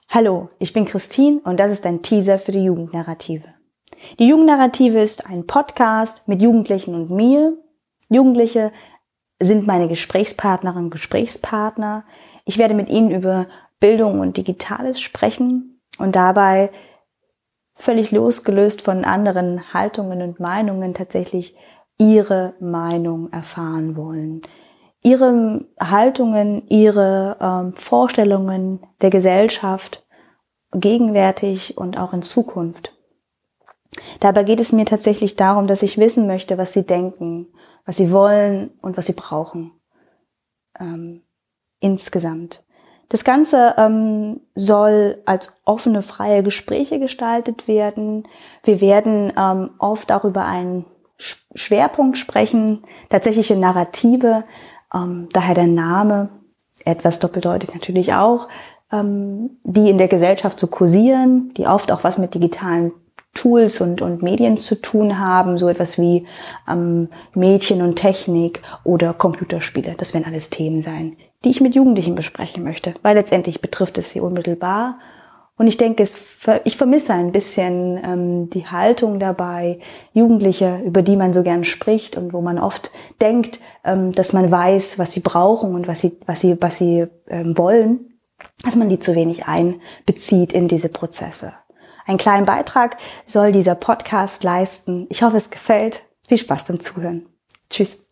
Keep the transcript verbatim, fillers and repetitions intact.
Hallo, ich bin Christine und das ist ein Teaser für die Jugendnarrative. Die Jugendnarrative ist ein Podcast mit Jugendlichen und mir. Jugendliche sind meine Gesprächspartnerinnen und Gesprächspartner. Ich werde mit ihnen über Bildung und Digitales sprechen und dabei völlig losgelöst von anderen Haltungen und Meinungen tatsächlich ihre Meinung erfahren wollen. Ihre Haltungen, ihre ähm, Vorstellungen der Gesellschaft gegenwärtig und auch in Zukunft. Dabei geht es mir tatsächlich darum, dass ich wissen möchte, was sie denken, was sie wollen und was sie brauchen. Ähm, insgesamt. Das Ganze ähm, soll als offene, freie Gespräche gestaltet werden. Wir werden ähm, oft auch über einen Schwerpunkt sprechen, tatsächliche Narrative, ähm, daher der Name, etwas doppeldeutig natürlich auch, ähm, die in der Gesellschaft so kursieren, die oft auch was mit digitalen Tools und, und Medien zu tun haben, so etwas wie ähm, Mädchen und Technik oder Computerspiele. Das werden alles Themen sein, die ich mit Jugendlichen besprechen möchte, weil letztendlich betrifft es sie unmittelbar. Und ich denke, es, ich vermisse ein bisschen ähm, die Haltung dabei, Jugendliche, über die man so gern spricht und wo man oft denkt, ähm, dass man weiß, was sie brauchen und was sie, was sie, was sie ähm, wollen, dass man die zu wenig einbezieht in diese Prozesse. Einen kleinen Beitrag soll dieser Podcast leisten. Ich hoffe, es gefällt. Viel Spaß beim Zuhören. Tschüss.